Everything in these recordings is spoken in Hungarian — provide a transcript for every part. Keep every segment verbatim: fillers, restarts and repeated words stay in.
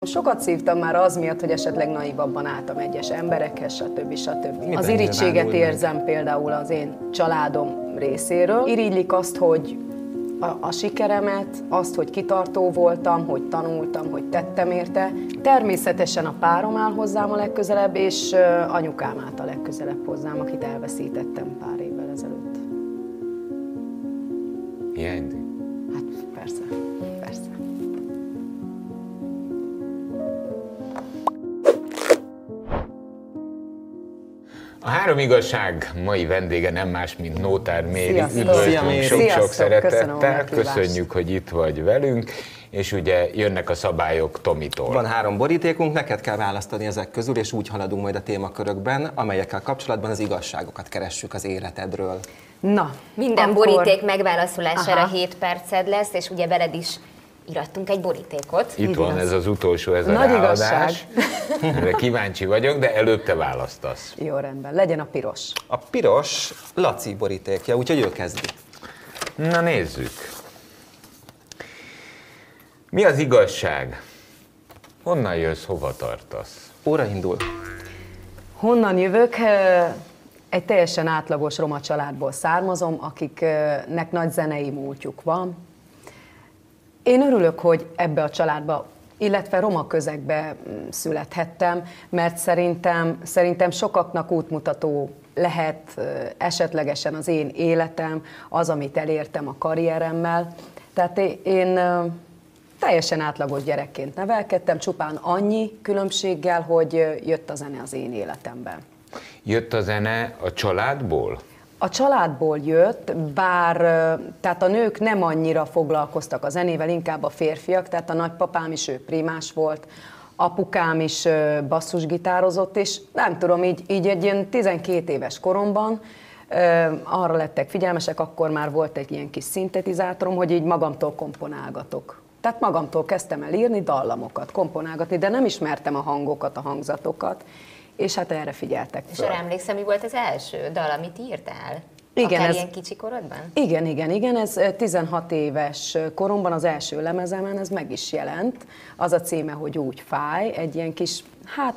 Sokat szívtam már az miatt, hogy esetleg naívabban álltam egyes emberekhez, stb. stb. Az irigységet érzem például az én családom részéről. Irigylik azt, hogy a, a sikeremet, azt, hogy kitartó voltam, hogy tanultam, hogy tettem érte. Természetesen a párom áll hozzám a legközelebb, és anyukám állt a legközelebb hozzám, akit elveszítettem pár évvel ezelőtt. Hiányzik? Hát persze, persze. A Három Igazság mai vendége nem más, mint Nótár Méri. Sziasztok. Üdvözlünk sok-sok szeretettel, Köszönöm, köszönjük, hogy itt vagy velünk, és ugye jönnek a szabályok Tomitól. Van három borítékunk, neked kell választani ezek közül, és úgy haladunk majd a témakörökben, amelyekkel kapcsolatban az igazságokat keressük az életedről. Na, Minden akkor... boríték megválaszolására Aha. hét perced lesz, és ugye veled is irattunk egy borítékot. Itt van Igaz. ez az utolsó, ez a Nagy ráadás. Erre kíváncsi vagyok, de előbb te választasz. Jó, rendben. Legyen a piros. A piros Laci borítékja, úgyhogy ő kezdi. Na nézzük. Mi az igazság? Honnan jössz, hova tartasz? Óra indul. Honnan jövök? Egy teljesen átlagos roma családból származom, akiknek nagy zenei múltjuk van. Én örülök, hogy ebbe a családba, illetve roma közegbe születhettem, mert szerintem, szerintem sokaknak útmutató lehet esetlegesen az én életem, az, amit elértem a karrieremmel. Tehát én teljesen átlagos gyerekként nevelkedtem, csupán annyi különbséggel, hogy jött a zene az én életemben. Jött a zene a családból? A családból jött, bár tehát a nők nem annyira foglalkoztak a zenével, inkább a férfiak, tehát a nagypapám is ő primás volt, apukám is basszusgitározott, és nem tudom, így, így egy ilyen tizenkét éves koromban arra lettek figyelmesek, akkor már volt egy ilyen kis szintetizátorom, hogy így magamtól komponálgatok. Tehát magamtól kezdtem el írni dallamokat, komponálgatni, de nem ismertem a hangokat, a hangzatokat, és hát erre figyeltek És föl. arra emlékszem, mi volt az első dal, amit írtál? Igen, Akár ez- ilyen kicsi korodban? Igen, igen, igen, ez tizenhat éves koromban az első lemezemen ez meg is jelent. Az a címe, hogy Úgy fáj, egy ilyen kis, hát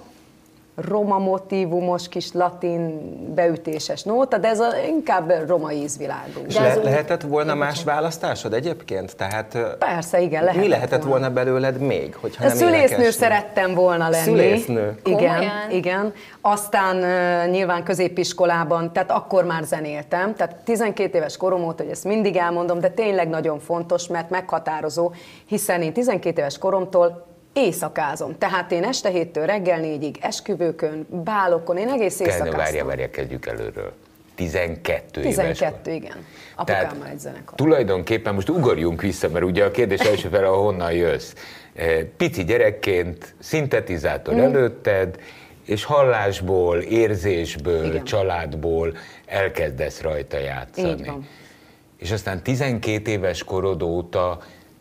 roma motívumos, kis latin beütéses nóta, de ez a, inkább roma ízvilágú. És De le- ez úgy- lehetett volna más választásod egyébként? Tehát Persze, igen, lehetett mi lehetett volna, volna belőled még, hogyha A nem szülésznő énekesnő? szerettem volna lenni. Szülésznő. Igen, Komolyan? igen. Aztán uh, nyilván középiskolában, tehát akkor már zenéltem, tehát tizenkét éves korom óta, hogy ezt mindig elmondom, de tényleg nagyon fontos, mert meghatározó, hiszen én tizenkét éves koromtól éjszakázom. Tehát én este héttől reggel négyig esküvőkön, bálokon, én egész Kellene, éjszakáztam. várja, várja, kezdjük előről. tizenkettő éves tizenkettő, vagy. igen. Tehát Apukámmal egy zenekar. tulajdonképpen most ugorjunk vissza, mert ugye a kérdés első fele, honnan jössz. Pici gyerekként, szintetizátor Mm. előtted, és hallásból, érzésből, Igen. családból elkezdesz rajta játszani. Így van. És aztán tizenkét éves korod óta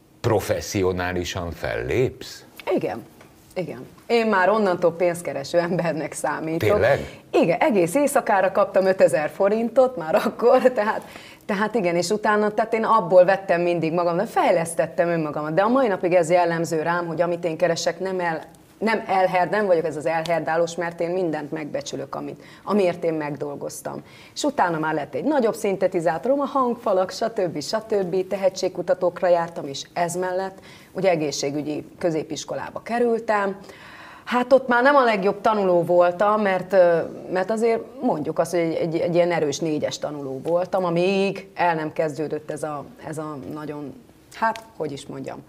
professzionálisan fellépsz? Igen, igen. Én már onnantól pénzkereső embernek számítok. Tényleg? Igen, egész éjszakára kaptam ötezer forintot már akkor, tehát, tehát igen, és utána, tehát én abból vettem mindig magam, de fejlesztettem önmagamat. De a mai napig ez jellemző rám, hogy amit én keresek, nem el, nem elherd, nem vagyok ez az elherdálós, mert én mindent megbecsülök, amit, amiért én megdolgoztam. És utána már lett egy nagyobb szintetizátorom, a hangfalak, stb. stb. Tehetségkutatókra jártam, és ez mellett ugye egészségügyi középiskolába kerültem. Hát ott már nem a legjobb tanuló voltam, mert, mert azért mondjuk azt, hogy egy, egy, egy ilyen erős négyes tanuló voltam, amíg el nem kezdődött ez a, ez a nagyon, hát hogy is mondjam,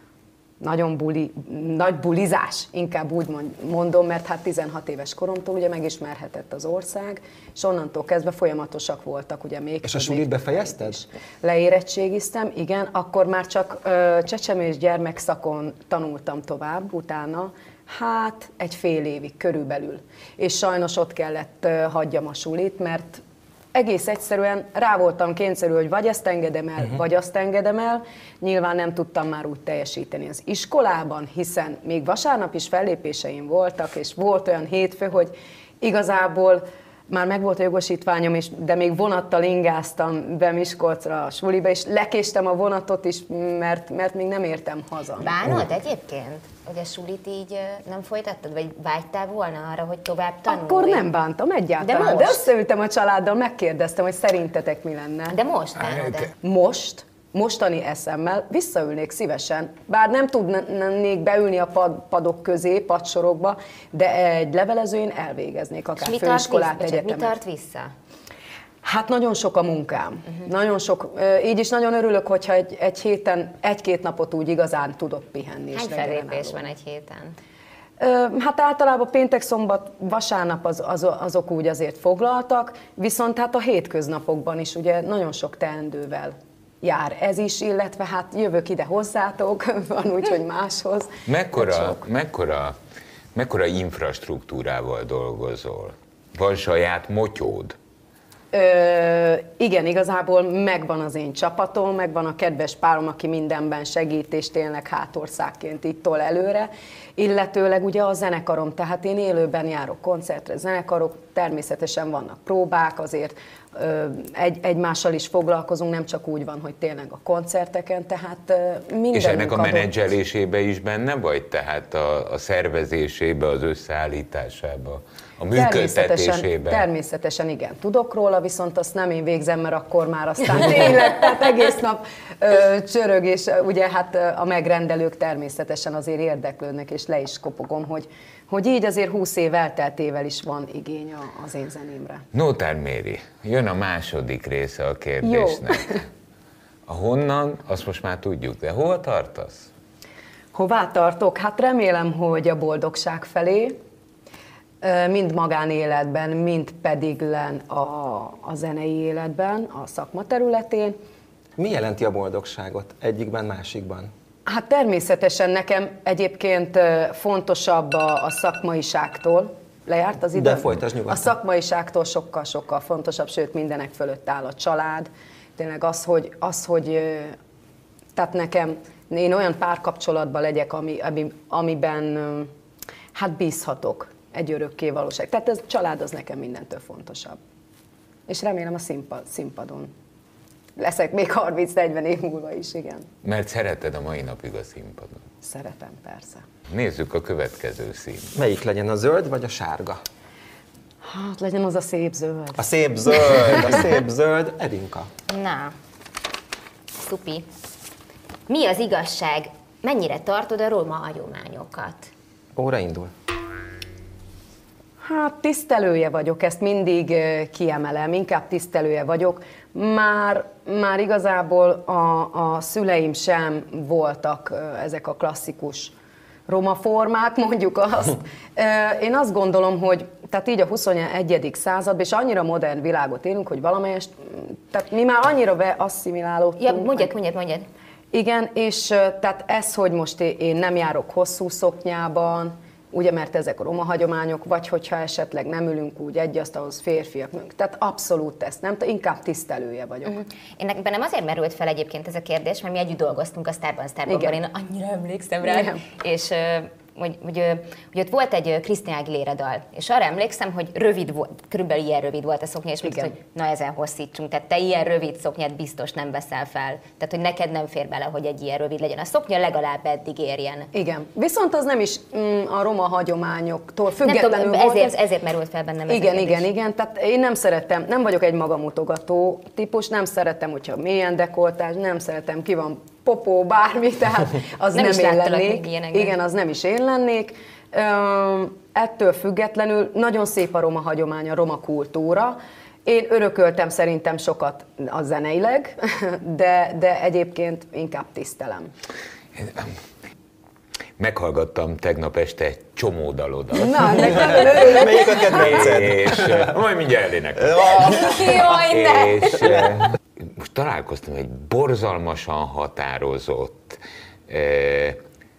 nagyon buli, nagy bulizás, inkább úgy mondom, mert hát tizenhat éves koromtól ugye megismerhetett az ország, és onnantól kezdve folyamatosak voltak ugye még. És a sulit befejezted? Leérettségiztem, igen, akkor már csak ö, csecsemés gyermekszakon tanultam tovább, utána hát egy fél évig körülbelül. És sajnos ott kellett ö, hagyjam a sulit, mert egész egyszerűen rá voltam kényszerül, hogy vagy ezt engedem el, uh-huh. vagy azt engedem el. Nyilván nem tudtam már úgy teljesíteni az iskolában, hiszen még vasárnap is fellépéseim voltak, és volt olyan hétfő, hogy igazából már megvolt a jogosítványom, és, de még vonattal ingáztam be Miskolcra a suliba, és lekéstem a vonatot is, mert, mert még nem értem haza. Bánod egyébként, hogy a sulit így ö, nem folytattad, vagy vágytál volna arra, hogy tovább tanulj? Akkor nem bántam egyáltalán, De de, most? de összeültem a családdal, megkérdeztem, hogy szerintetek mi lenne. De most bánod-e? Most, mostani eszemmel visszaülnék szívesen, bár nem tudnék beülni a pad, padok közé, padsorokba, de egy levelezőn elvégeznék, akár És mi tart, főiskolát, vissza, egyetemet. mi tart vissza? Hát nagyon sok a munkám. Uh-huh. Nagyon sok, így is nagyon örülök, hogyha egy, egy héten, egy-két napot úgy igazán tudok pihenni. Hány és fellépés van egy héten? Hát általában péntek, szombat, vasárnap az, az, azok úgy azért foglaltak, viszont hát a hétköznapokban is ugye nagyon sok teendővel jár ez is, illetve hát jövök ide hozzátok, van úgy, hogy máshoz. Mekkora, mekkora, mekkora infrastruktúrával dolgozol? Van saját motyód? Ö, igen, igazából megvan az én csapatom, megvan a kedves párom, aki mindenben segít, és tényleg hátországként itt tol előre, illetőleg ugye a zenekarom, tehát én élőben járok koncertre, zenekarok, természetesen vannak próbák, azért ö, egy, egymással is foglalkozunk, nem csak úgy van, hogy tényleg a koncerteken, tehát ö, minden. És ennek a adott. menedzselésébe is benne vagy? Tehát a, a szervezésébe, az összeállításába, a működtetésébe? Természetesen, természetesen igen, tudok róla, viszont azt nem én végzem, mert akkor már aztán tényleg, tehát egész nap ö, csörög, és ugye hát a megrendelők természetesen azért érdeklődnek, és le is kopogom, hogy, hogy így azért húsz év elteltével is van igény az én zenémre. Nótár Méri, jön a második része a kérdésnek. Jó. A honnan, azt most már tudjuk, de hol tartasz? Hová tartok? Hát remélem, hogy a boldogság felé, mind magánéletben, mind pedig len a, a zenei életben, a szakma területén. Mi jelenti a boldogságot egyikben, másikban? Hát természetesen nekem egyébként fontosabb a, a szakmaiságtól. Lejárt az idő? De folytasd nyugodtan. A szakmaiságtól sokkal-sokkal fontosabb, sőt mindenek fölött áll a család. Tényleg az, hogy, az, hogy tehát nekem, én olyan párkapcsolatban legyek, ami, ami, amiben hát bízhatok. Egy örökké valóság. Tehát ez a család az nekem mindentől fontosabb. És remélem a színpad, színpadon leszek még harminc-negyven év múlva is, igen. Mert szereted a mai napig a színpadon. Szeretem, persze. Nézzük a következő szín. Melyik legyen, a zöld vagy a sárga? Hát legyen az a szép zöld. A szép zöld, a szép zöld. Edinka. Na, szupi. Mi az igazság? Mennyire tartod a roma hagyományokat? Óra indul. Hát tisztelője vagyok, ezt mindig kiemelem, inkább tisztelője vagyok. Már, már igazából a, a szüleim sem voltak ezek a klasszikus roma formák, mondjuk azt. Én azt gondolom, hogy tehát így a huszonegyedik században, és annyira modern világot élünk, hogy valamelyest, tehát mi már annyira beasszimilálódtunk. Ja, mondjad, mondjad, mondjad. Igen, és tehát ez, hogy most én nem járok hosszú szoknyában, ugye, mert ezek a roma hagyományok, vagy hogyha esetleg nem ülünk úgy egy asztalhoz férfiak, tehát abszolút ezt nem, inkább tisztelője vagyok. Uh-huh. Én bennem azért merült fel egyébként ez a kérdés, mert mi együtt dolgoztunk a Starban, Starbanban, én annyira emlékszem rá, igen. és hogy, hogy, hogy ott volt egy Christina Aguilera dal, és arra emlékszem, hogy rövid volt, körülbelül ilyen rövid volt a szoknya, és mondtad, hogy na ezen hosszítsunk, tehát te ilyen rövid szoknyát biztos nem veszel fel, tehát hogy neked nem fér bele, hogy egy ilyen rövid legyen. A szoknya legalább eddig érjen. Igen, viszont az nem is mm, a roma hagyományoktól függetlenül nem volt. Ezért, ez... ezért merült fel bennem ez Igen, a igen, igen, tehát én nem szeretem, nem vagyok egy magamutogató típus, nem szeretem, hogyha mélyen dekoltás, nem szeretem, ki van popó, bármi, tehát az nem, nem én lennék. Igen, az nem is én lennék. Ettől függetlenül nagyon szép a roma hagyomány, a roma kultúra. Én örököltem szerintem sokat a zeneileg, de, de egyébként inkább tisztelem. Meghallgattam tegnap este egy csomó dalodat. Na, nekem melyik a kedvenced? És majd mindjárt elénekel. Jaj, ne! És most találkoztam egy borzalmasan határozott, eh,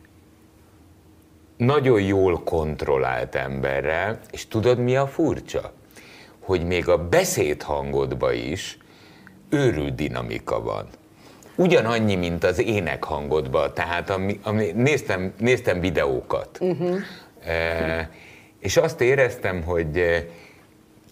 nagyon jól kontrollált emberrel, és tudod, mi a furcsa? Hogy még a beszédhangodban is őrült dinamika van. Ugyanannyi, mint az énekhangodban, tehát ami, ami, néztem, néztem videókat. Uh-huh. Eh, és azt éreztem, hogy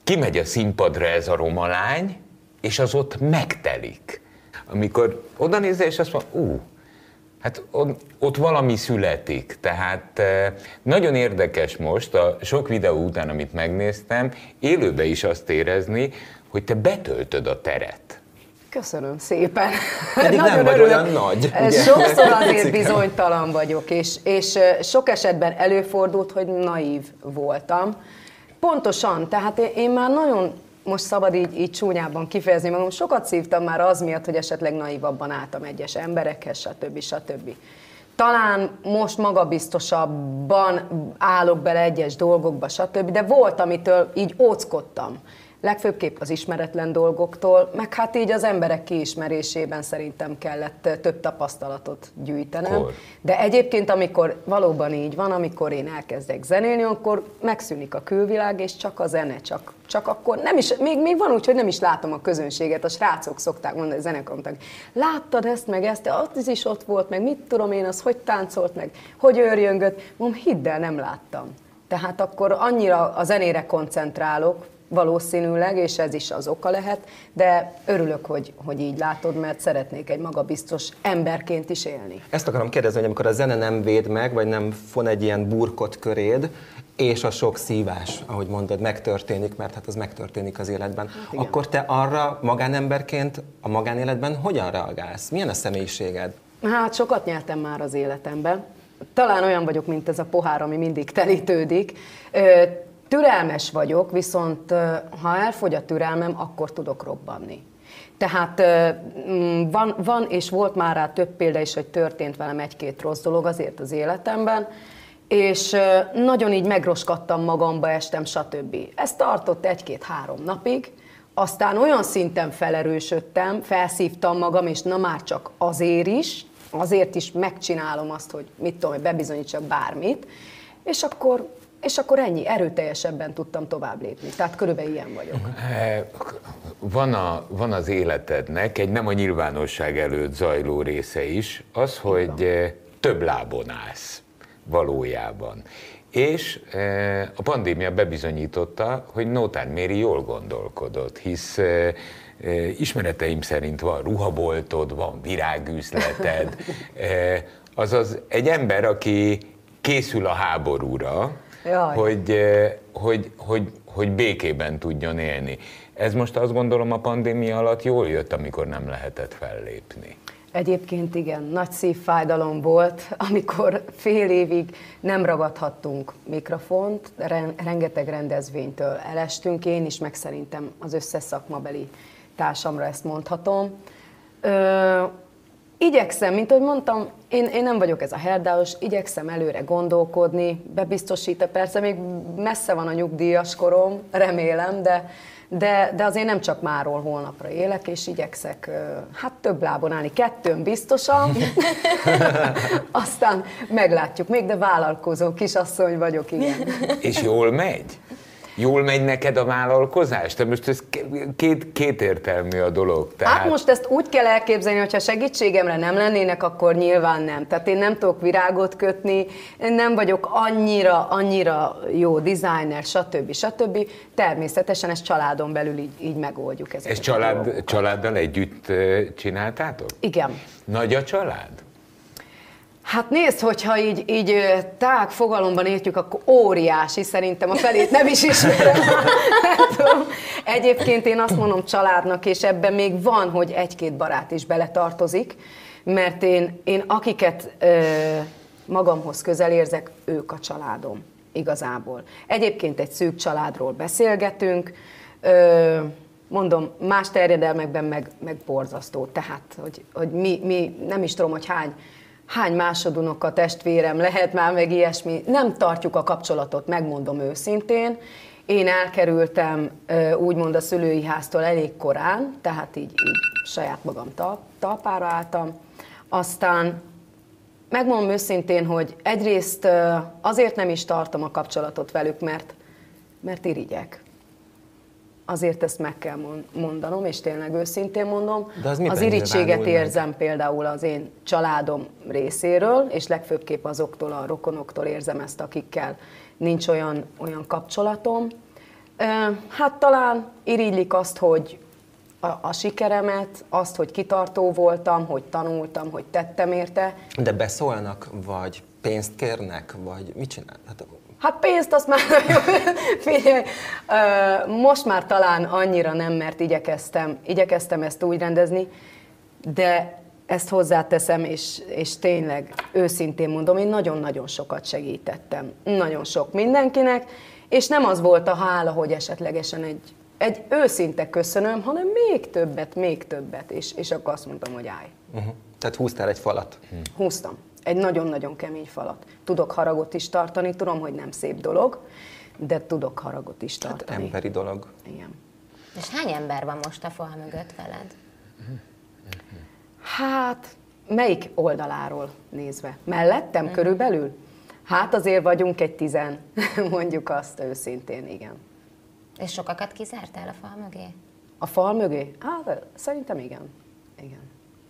kimegy a színpadra ez a roma lány, és az ott megtelik. Amikor oda nézel, és azt mondja, ú, hát ott valami születik. Tehát nagyon érdekes most, a sok videó után, amit megnéztem, élőben is azt érezni, hogy te betöltöd a teret. Köszönöm szépen. Pedig nem vagy olyan nagy. Ugye? Sokszor azért bizonytalan vagyok, és, és sok esetben előfordult, hogy naív voltam. Pontosan, tehát én már nagyon, most szabad így, így csúnyában kifejezni magam, sokat szívtam már az miatt, hogy esetleg naívabban álltam egyes emberekhez, stb. stb. Talán most magabiztosabban állok bele egyes dolgokba, stb., de volt, amitől így óckodtam. Legfőbbképp az ismeretlen dolgoktól, meg hát így az emberek kiismerésében szerintem kellett több tapasztalatot gyűjtenem. Kor. De egyébként, amikor valóban így van, amikor én elkezdek zenélni, akkor megszűnik a külvilág, és csak a zene, csak, csak akkor nem is, még, még van úgy, hogy nem is látom a közönséget, a srácok szokták mondani, a zenekarnak, láttad ezt, meg ezt, az is ott volt, meg mit tudom én, az hogy táncolt, meg hogy őrjöngött, mondom, hidd el, nem láttam. Tehát akkor annyira a zenére koncentrálok, valószínűleg, és ez is az oka lehet, de örülök, hogy, hogy így látod, mert szeretnék egy magabiztos emberként is élni. Ezt akarom kérdezni, hogy amikor a zene nem véd meg, vagy nem von egy ilyen burkot köréd, és a sok szívás, ahogy mondod, megtörténik, mert hát az megtörténik az életben, hát akkor te arra magánemberként a magánéletben hogyan reagálsz? Milyen a személyiséged? Hát sokat nyertem már az életemben. Talán olyan vagyok, mint ez a pohár, ami mindig telítődik. Türelmes vagyok, viszont ha elfogy a türelmem, akkor tudok robbanni. Tehát van, van és volt már rá több példa is, hogy történt velem egy-két rossz dolog azért az életemben, és nagyon így megroskadtam magamba, estem, stb. Ez tartott egy-két-három napig, aztán olyan szinten felerősödtem, felszívtam magam, és na már csak azért is, azért is megcsinálom azt, hogy mit tudom, hogy bebizonyítsak bármit, és akkor És akkor ennyi, erőteljesebben tudtam tovább lépni. Tehát körülbelül ilyen vagyok. Van, a, van az életednek egy nem a nyilvánosság előtt zajló része is, az, hogy több lábon állsz valójában. És a pandémia bebizonyította, hogy Nótár Méri jól gondolkodott, hisz ismereteim szerint van ruhaboltod, van virágüzleted, azaz egy ember, aki készül a háborúra, Hogy, hogy, hogy, hogy békében tudjon élni. Ez most azt gondolom a pandémia alatt jól jött, amikor nem lehetett fellépni. Egyébként igen, nagy szívfájdalom volt, amikor fél évig nem ragadhattunk mikrofont, rengeteg rendezvénytől elestünk, én is, meg szerintem az összes szakmabeli társamra ezt mondhatom. Ö, Igyekszem, mint ahogy mondtam, én, én nem vagyok ez a herdálos, igyekszem előre gondolkodni, bebiztosít, persze még messze van a nyugdíjas korom, remélem, de, de, de azért nem csak máról holnapra élek, és igyekszek hát több lábon állni, kettőn biztosan, aztán meglátjuk még, de vállalkozó kisasszony vagyok, igen. És jól megy? Jól megy neked a vállalkozás? Te most ez két, kétértelmű a dolog. Tehát... Hát most ezt úgy kell elképzelni, hogyha segítségemre nem lennének, akkor nyilván nem. Tehát én nem tudok virágot kötni, nem vagyok annyira, annyira jó designer, stb. stb. Természetesen ezt családon belül így, így megoldjuk. Ezt család, családdal együtt csináltátok? Igen. Nagy a család? Hát nézd, hogyha így, így tág fogalomban értjük, akkor óriási, szerintem a felét nem is ismerem. Egyébként én azt mondom családnak, és ebben még van, hogy egy-két barát is beletartozik, mert én, én akiket ö, magamhoz közel érzek, ők a családom igazából. Egyébként egy szűk családról beszélgetünk, ö, mondom, más terjedelmekben meg, meg borzasztó, tehát, hogy, hogy mi, mi nem is tudom, hogy hány Hány másodunoka testvérem lehet már, meg ilyesmi. Nem tartjuk a kapcsolatot, megmondom őszintén. Én elkerültem úgymond a szülői háztól elég korán, tehát így, így saját magam tal- talpára álltam. Aztán megmondom őszintén, hogy egyrészt azért nem is tartom a kapcsolatot velük, mert, mert irigyek. Azért ezt meg kell mondanom, és tényleg őszintén mondom. Az, az irigységet érzem meg? Például az én családom részéről, és legfőbbképp azoktól a rokonoktól érzem ezt, akikkel nincs olyan, olyan kapcsolatom. Hát talán irigylik azt, hogy a, a sikeremet, azt, hogy kitartó voltam, hogy tanultam, hogy tettem érte. De beszólnak, vagy pénzt kérnek, vagy mit csinál? Hát, hát pénzt azt már figyelj, most már talán annyira nem, mert igyekeztem, igyekeztem ezt úgy rendezni, de ezt hozzáteszem, és, és tényleg őszintén mondom, én nagyon-nagyon sokat segítettem, nagyon sok mindenkinek, és nem az volt a hála, hogy esetlegesen egy, egy őszinte köszönöm, hanem még többet, még többet, és, és akkor azt mondtam, hogy állj. Uh-huh. Tehát húztál egy falat? Húztam. Egy nagyon-nagyon kemény falat. Tudok haragot is tartani, tudom, hogy nem szép dolog, de tudok haragot is tartani. Hát emberi dolog. Igen. És hány ember van most a fal mögött veled? Hát, melyik oldaláról nézve? Mellettem körülbelül? Hát azért vagyunk egy tizen, mondjuk azt őszintén, igen. És sokakat kizártál a fal mögé? A fal mögé? Hát szerintem igen. Igen.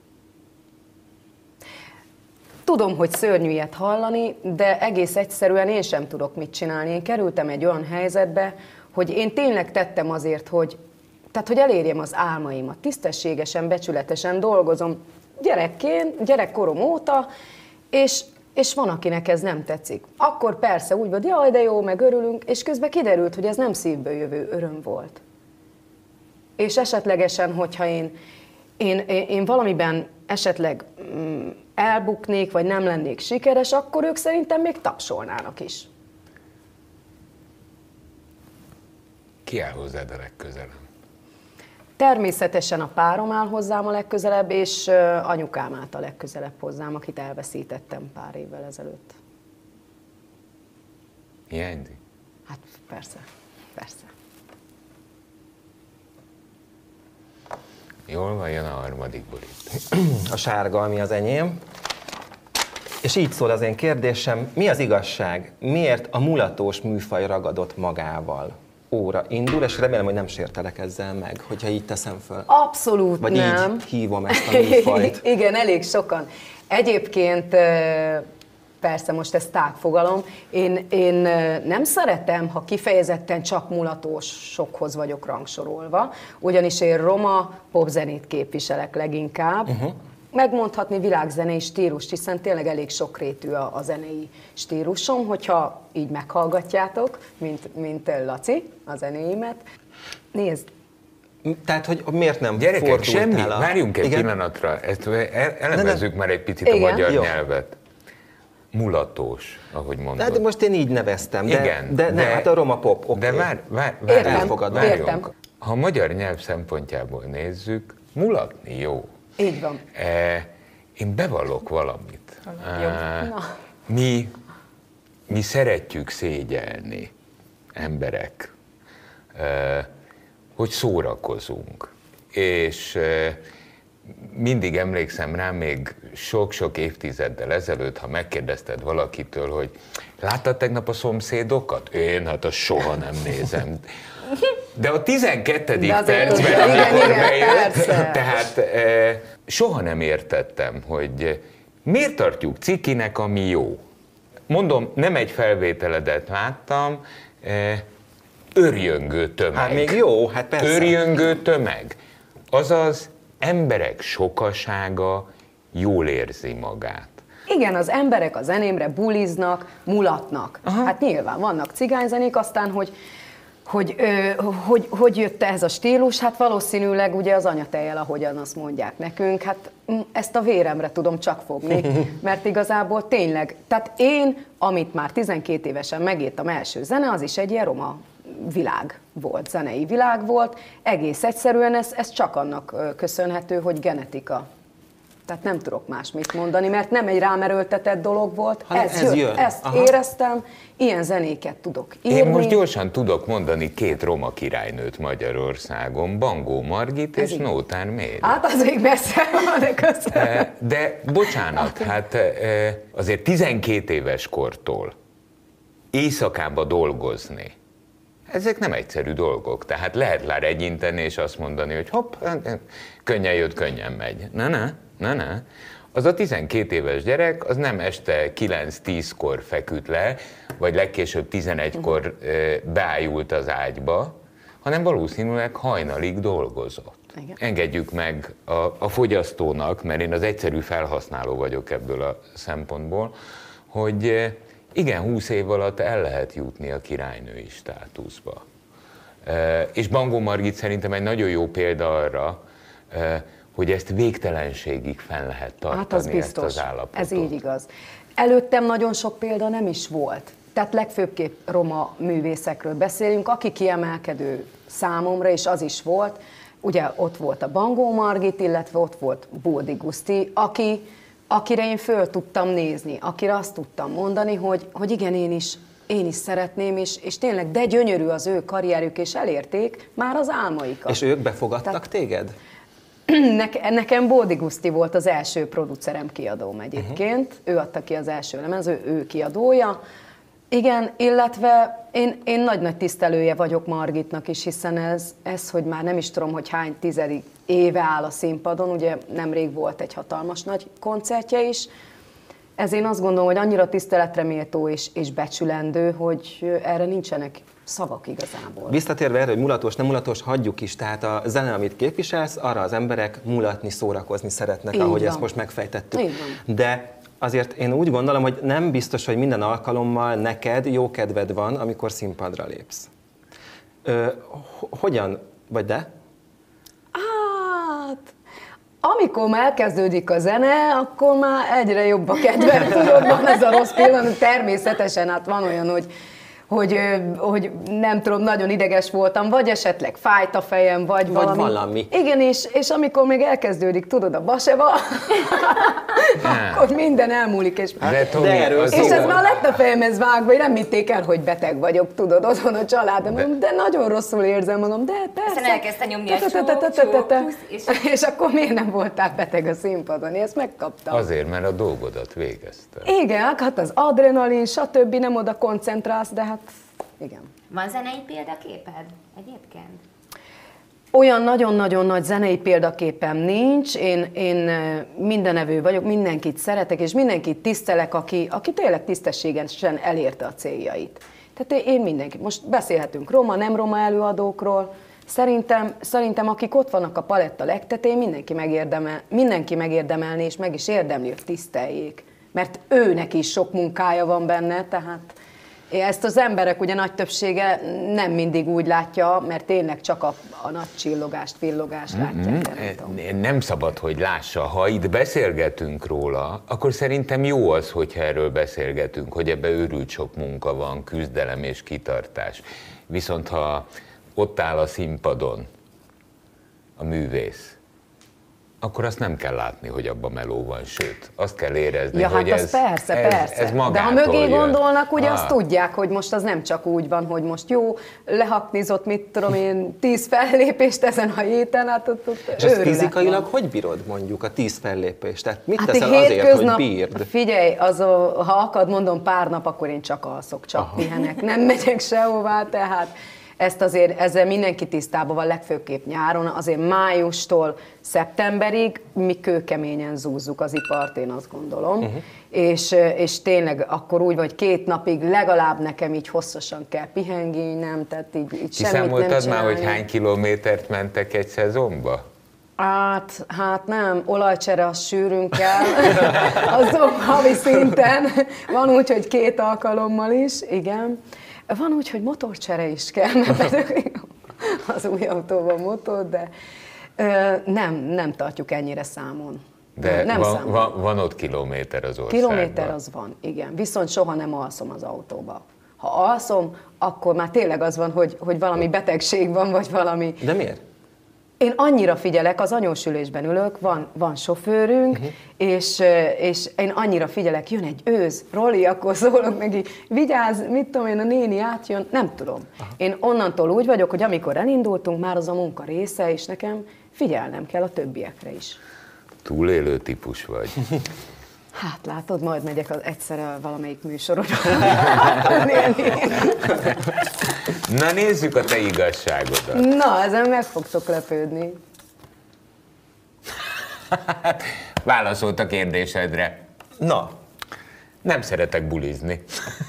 Tudom, hogy szörnyű ilyet hallani, de egész egyszerűen én sem tudok mit csinálni. Én kerültem egy olyan helyzetbe, hogy én tényleg tettem azért, hogy, tehát, hogy elérjem az álmaimat. Tisztességesen, becsületesen dolgozom gyerekként, gyerekkorom óta, és, és van, akinek ez nem tetszik. Akkor persze úgy volt, jaj, de jó, meg örülünk, és közben kiderült, hogy ez nem szívből jövő öröm volt. És esetlegesen, hogyha én, én, én, én valamiben esetleg mm, elbuknék, vagy nem lennék sikeres, akkor ők szerintem még tapsolnának is. Ki áll hozzád a legközelebb? Természetesen a párom áll hozzám a legközelebb, és anyukám állt a legközelebb hozzám, akit elveszítettem pár évvel ezelőtt. Hiányzik? Hát persze, persze. Jól van, jön a harmadik borító. A sárga, ami az enyém. És így szól az én kérdésem, mi az igazság? Miért a mulatós műfaj ragadott magával? Óra indul, és remélem, hogy nem sértelek ezzel meg, hogyha így teszem föl. Abszolút Vagy nem. így hívom ezt a műfajt. Igen, elég sokan. Egyébként persze most ez tágfogalom, én, én nem szeretem, ha kifejezetten csak mulatósokhoz vagyok rangsorolva, ugyanis én roma popzenét képviselek leginkább, uh-huh. megmondhatni világzenei stílust, hiszen tényleg elég sokrétű a, a zenei stílusom, hogyha így meghallgatjátok, mint, mint Laci, a zenéimet. Nézd! Tehát, hogy miért nem Gyerekek, fordultál semmi, a... várjunk egy Igen? pillanatra, ezt elemezzük már egy picit Igen. a magyar Jó. nyelvet. Mulatós, ahogy mondod. De most én így neveztem, de, Igen, de, de nem, hát a roma pop, oké. De vár, vár, Értem, várjunk, várjunk. értem. Ha a magyar nyelv szempontjából nézzük, mulatni jó. Így van. E, én bevallok valamit. Jó. E, Na. mi, mi szeretjük szégyelni, emberek, e, hogy szórakozunk. És e, mindig emlékszem rá, még sok-sok évtizeddel ezelőtt, ha megkérdezted valakitől, hogy láttad tegnap a Szomszédokat? Én hát azt soha nem nézem. De a tizenkettedik De azért percben, tudja, igen, amikor igen, bejött, persze. tehát e, soha nem értettem, hogy miért tartjuk cikinek, ami jó. Mondom, nem egy felvételedet láttam, e, örjöngő tömeg. Hát még jó, hát persze. Örjöngő tömeg. Azaz emberek sokasága jól érzi magát. Igen, az emberek a zenémre buliznak, mulatnak. Aha. Hát nyilván vannak cigányzenék, aztán, hogy hogy, ö, hogy hogy jött ez a stílus, hát valószínűleg ugye az anyatejjel, ahogyan azt mondják nekünk, hát ezt a véremre tudom csak fogni, mert igazából tényleg, tehát én, amit már tizenkét évesen megírtam első zene, az is egy ilyen roma világ volt, zenei világ volt, egész egyszerűen ez, ez csak annak köszönhető, hogy genetika. Tehát nem tudok más mit mondani, mert nem egy rámerőltetett dolog volt, hanem ez, ez jött, jön. ezt Aha. éreztem, ilyen zenéket tudok írni. Én most gyorsan tudok mondani két roma királynőt Magyarországon, Bangó Margit Ez és így. Nótár Méri. Hát az még messze van, de köszönöm. De bocsánat, hát azért tizenkét éves kortól éjszakába dolgozni, ezek nem egyszerű dolgok. Tehát lehet már egyinteni és azt mondani, hogy hopp, könnyen jött, könnyen megy. Ne, ne, ne, ne. Az a tizenkét éves gyerek, az nem este kilenc-tízkor feküdt le, vagy legkésőbb tizenegykor beájult az ágyba, hanem valószínűleg hajnalig dolgozott. Igen. Engedjük meg a, a fogyasztónak, mert én az egyszerű felhasználó vagyok ebből a szempontból, hogy igen, húsz év alatt el lehet jutni a királynői státuszba. És Bangó Margit szerintem egy nagyon jó példa arra, hogy ezt végtelenségig fenn lehet tartani, hát az biztos, ezt az állapotot. Ez így igaz. Előttem nagyon sok példa nem is volt. Tehát legfőbbképp roma művészekről beszélünk, aki kiemelkedő számomra, és az is volt. Ugye ott volt a Bangó Margit, illetve ott volt Bódi Guszti, aki, akire én föl tudtam nézni, akire azt tudtam mondani, hogy, hogy igen, én is, én is szeretném, és, és tényleg, de gyönyörű az ő karrierük, és elérték már az álmaikat. És ők befogadtak Tehát, téged? Ne, nekem Bódi Guszti volt az első producerem, kiadóm egyébként. Uh-huh. Ő adta ki az első lemez, ő, ő kiadója. Igen, illetve én, én nagy-nagy tisztelője vagyok Margitnak is, hiszen ez, ez, hogy már nem is tudom, hogy hány tizedik éve áll a színpadon, ugye nemrég volt egy hatalmas nagy koncertje is, ez én azt gondolom, hogy annyira tiszteletre méltó és, és becsülendő, hogy erre nincsenek szavak igazából. Visszatérve erre, hogy mulatos, nem mulatos, hagyjuk is, tehát a zene, amit képviselsz, arra az emberek mulatni, szórakozni szeretnek, így ahogy van. Ezt most megfejtettük. De azért én úgy gondolom, hogy nem biztos, hogy minden alkalommal neked jó kedved van, amikor színpadra lépsz. Ö, hogyan, vagy de? Hát, amikor már elkezdődik a zene, akkor már egyre jobb a kedvem, tudod, van ez a rossz pillanat, természetesen, hát van olyan, hogy Hogy, hogy nem tudom, nagyon ideges voltam, vagy esetleg fájt a fejem, vagy, vagy valami. valami. Igen, és, és amikor még elkezdődik, tudod, a baseva, akkor minden elmúlik, és, de, Tomi, de erről és ez már lett a fejemhez vágva, hogy nem hitték el, hogy beteg vagyok, tudod, otthon a családom, de, de nagyon rosszul érzem magam, de persze. Aztán elkezdte nyomni a csók, és akkor miért nem voltál beteg a színpadon? Én ezt megkaptam. Azért, mert a dolgodat végezte. Igen, hát az adrenalin, stb. Nem oda koncentrálsz, de hát igen. Van zenei példaképed egyébként? Olyan nagyon-nagyon nagy zenei példaképem nincs, én, én mindenevő vagyok, mindenkit szeretek, és mindenkit tisztelek, aki, aki tényleg tisztességesen elérte a céljait. Tehát én mindenkit, most beszélhetünk roma, nem roma előadókról, szerintem, szerintem akik ott vannak a paletta legtetén, mindenki, megérdemel, mindenki megérdemelni, és meg is érdemli, hogy tiszteljék. Mert őnek is sok munkája van benne, tehát ezt az emberek ugye nagy többsége nem mindig úgy látja, mert tényleg csak a, a nagy csillogást, villogást látják. Nem, nem szabad, hogy lássa. Ha itt beszélgetünk róla, akkor szerintem jó az, hogyha erről beszélgetünk, hogy ebbe őrült sok munka van, küzdelem és kitartás. Viszont ha ott áll a színpadon a művész, akkor azt nem kell látni, hogy abban meló van, sőt, azt kell érezni, ja, hogy hát ez, persze, ez, persze. ez magától de ha mögé jön. gondolnak, ugye ah. azt tudják, hogy most az nem csak úgy van, hogy most jó, lehaknizott, mit tudom én, tíz fellépést ezen a héten, hát ott, ott és ezt fizikailag van. Hogy bírod mondjuk a tíz fellépést? Tehát mit hát teszel azért, hogy bírd? Figyelj, az a, ha akad, mondom pár nap, akkor én csak alszok, csak Aha. pihenek, nem megyek sehová, tehát ezt azért, ezzel mindenki tisztában van, legfőképp nyáron, azért májustól szeptemberig mi kőkeményen zúzzuk az ipart, én azt gondolom, uh-huh. és, és tényleg akkor úgy, hogy két napig legalább nekem így hosszasan kell pihengélnem, tehát így, így semmit nem csinálni. Már, hogy hány kilométert mentek egy szezonba? Hát, hát nem, olajcsere az sűrűn kell, azon havi szinten, van úgy, hogy két alkalommal is, igen. Van úgy, hogy motorcsere is kell, mert az új autóban motor, de ö, nem, nem tartjuk ennyire számon. De nem van, van, van ott kilométer az országban. Kilométer az van, igen. Viszont soha nem alszom az autóba. Ha alszom, akkor már tényleg az van, hogy, hogy valami betegség van, vagy valami... De miért? Én annyira figyelek, az anyósülésben ülök, van, van sofőrünk, uh-huh. és, és én annyira figyelek, jön egy őz, Roli, akkor szólok neki, vigyázz, mit tudom én, a néni átjön, nem tudom. Aha. Én onnantól úgy vagyok, hogy amikor elindultunk, már az a munka része, és nekem figyelnem kell a többiekre is. Túlélő típus vagy. Hát látod, majd megyek az egyszerre valamelyik műsorodra. Na nézzük a te igazságodat. Na, ezen meg fogtok lepődni. válaszolt a kérdésedre. Na, Nem szeretek bulizni.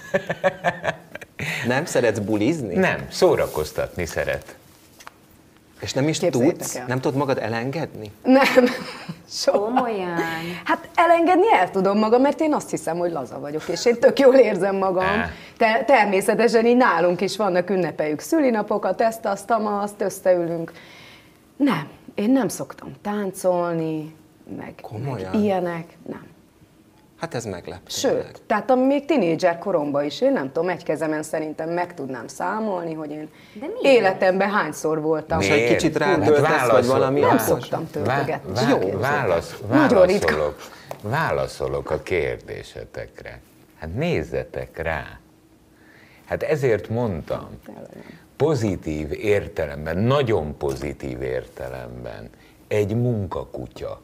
nem szeretsz bulizni? Nem, szórakoztatni szeret. És nem is Képzeljétek tudsz? el. Nem tudod magad elengedni? Nem, soha. Komolyan. Hát elengedni el tudom magam, mert én azt hiszem, hogy laza vagyok, és én tök jól érzem magam. Á. Te, természetesen így nálunk is vannak ünnepeljük szülinapokat, ezt, azt, azt, összeülünk. Nem, én nem szoktam táncolni, meg, Komolyan? meg ilyenek, nem. Hát ez meglep. Sőt, tehát ami még tinédzser koromban is, én nem tudom, egy kezemen szerintem meg tudnám számolni, hogy én De miért? életemben hányszor voltam. És egy kicsit rátöltesz, vagy válaszol- valami Nem más? szoktam töltögetni. Vá- Jó. vá- válasz, Nagyon ritka. válaszolok, válaszolok a kérdésetekre. Hát nézzetek rá. Hát ezért mondtam, pozitív értelemben, nagyon pozitív értelemben egy munkakutya,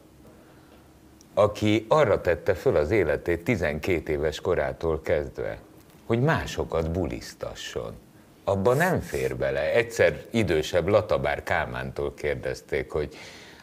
aki arra tette föl az életét tizenkét éves korától kezdve, hogy másokat bulisztasson. Abba nem fér bele. Egyszer idősebb Latabár Kálmántól kérdezték, hogy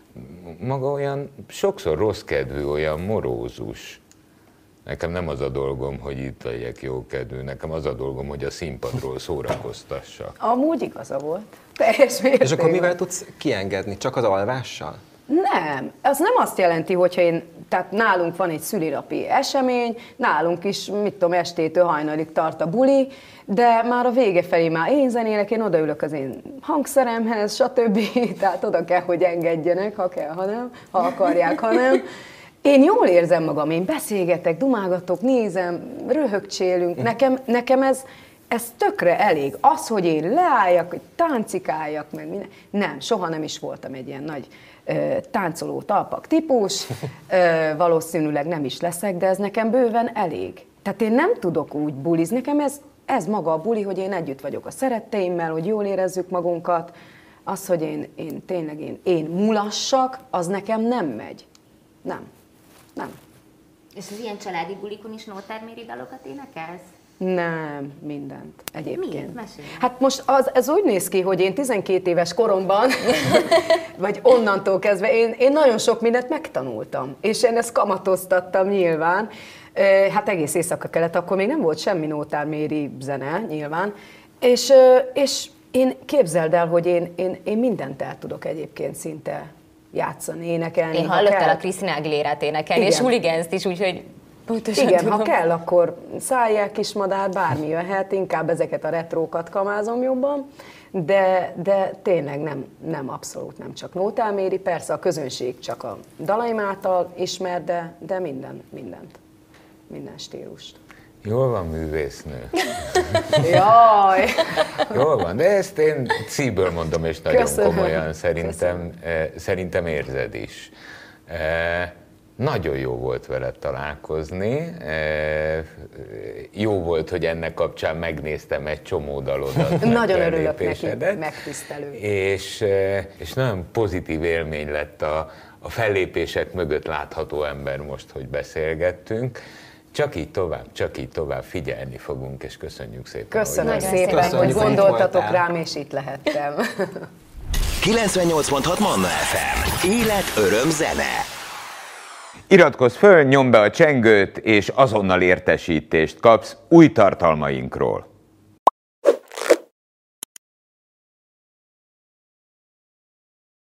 maga olyan sokszor rossz kedvű, olyan morózus. Nekem nem az a dolgom, hogy itt legyek jókedvű, nekem az a dolgom, hogy a színpadról szórakoztassak. Amúgy igaza volt. Teljes mértékben. És akkor mivel tudsz kiengedni? Csak az alvással? Nem, az nem azt jelenti, hogyha én, tehát nálunk van egy szülinapi esemény, nálunk is, mit tudom, estétől hajnalig tart a buli, de már a vége felé már én zenélek, én odaülök az én hangszeremhez, stb. Tehát oda kell, hogy engedjenek, ha kell, ha nem, ha akarják, ha nem. Én jól érzem magam, én beszélgetek, dumálgatok, nézem, röhögcsélünk, nekem, nekem ez, ez tökre elég. Az, hogy én leálljak, hogy táncikáljak, meg minden. Nem, soha nem is voltam egy ilyen nagy ö, táncoló talpak típus, ö, valószínűleg nem is leszek, de ez nekem bőven elég. Tehát én nem tudok úgy bulizni, nekem ez, ez maga a buli, hogy én együtt vagyok a szeretteimmel, hogy jól érezzük magunkat. Az, hogy én, én tényleg én, én mulassak, az nekem nem megy. Nem. Nem. És az ilyen családi bulikon is nótárméri dalokat énekelsz? Nem, mindent egyébként. Miért? Mesélj. Hát most az, ez úgy néz ki, hogy én tizenkét éves koromban, vagy onnantól kezdve, én, én nagyon sok mindent megtanultam, és én ezt kamatoztattam nyilván. Hát egész Észak-Kelet, akkor még nem volt semmi nótárméri zene nyilván, és, és én képzeld el, hogy én, én, én mindent el tudok egyébként szinte játszani, énekelni. Én ha hallottál kell. a Krisztina Aguilérát énekelni, Igen. és Hooligans-t is, úgyhogy pontosan Igen, tudom. ha kell, akkor szállják kis madár, bármi jöhet, inkább ezeket a retrókat kamázom jobban, de, de tényleg nem, nem abszolút nem csak nótálméri, persze a közönség csak a dalaim által ismer, de, de minden, mindent, minden stílust. Jól van, művésznő. Jaj! Jól van, de ezt én szívből mondom, és nagyon Köszönöm. komolyan szerintem, eh, szerintem érzed is. Eh, nagyon jó volt veled találkozni, eh, jó volt, hogy ennek kapcsán megnéztem egy csomó dalodat. Nagyon örülök neki, fellépésedet, megtisztelő. És, eh, és nagyon pozitív élmény lett a, a fellépések mögött látható ember most, hogy beszélgettünk. Csak így tovább, csak így tovább figyelni fogunk, és köszönjük szépen. Köszönöm hogy Nagyon szépen, szépen hogy köszönjük, hogy gondoltatok voltál. rám, és itt lehettem. kilencvennyolc pont hat Manna ef em. Élet, öröm, zene. Iratkozz föl, nyomd be a csengőt, és azonnal értesítést kapsz új tartalmainkról.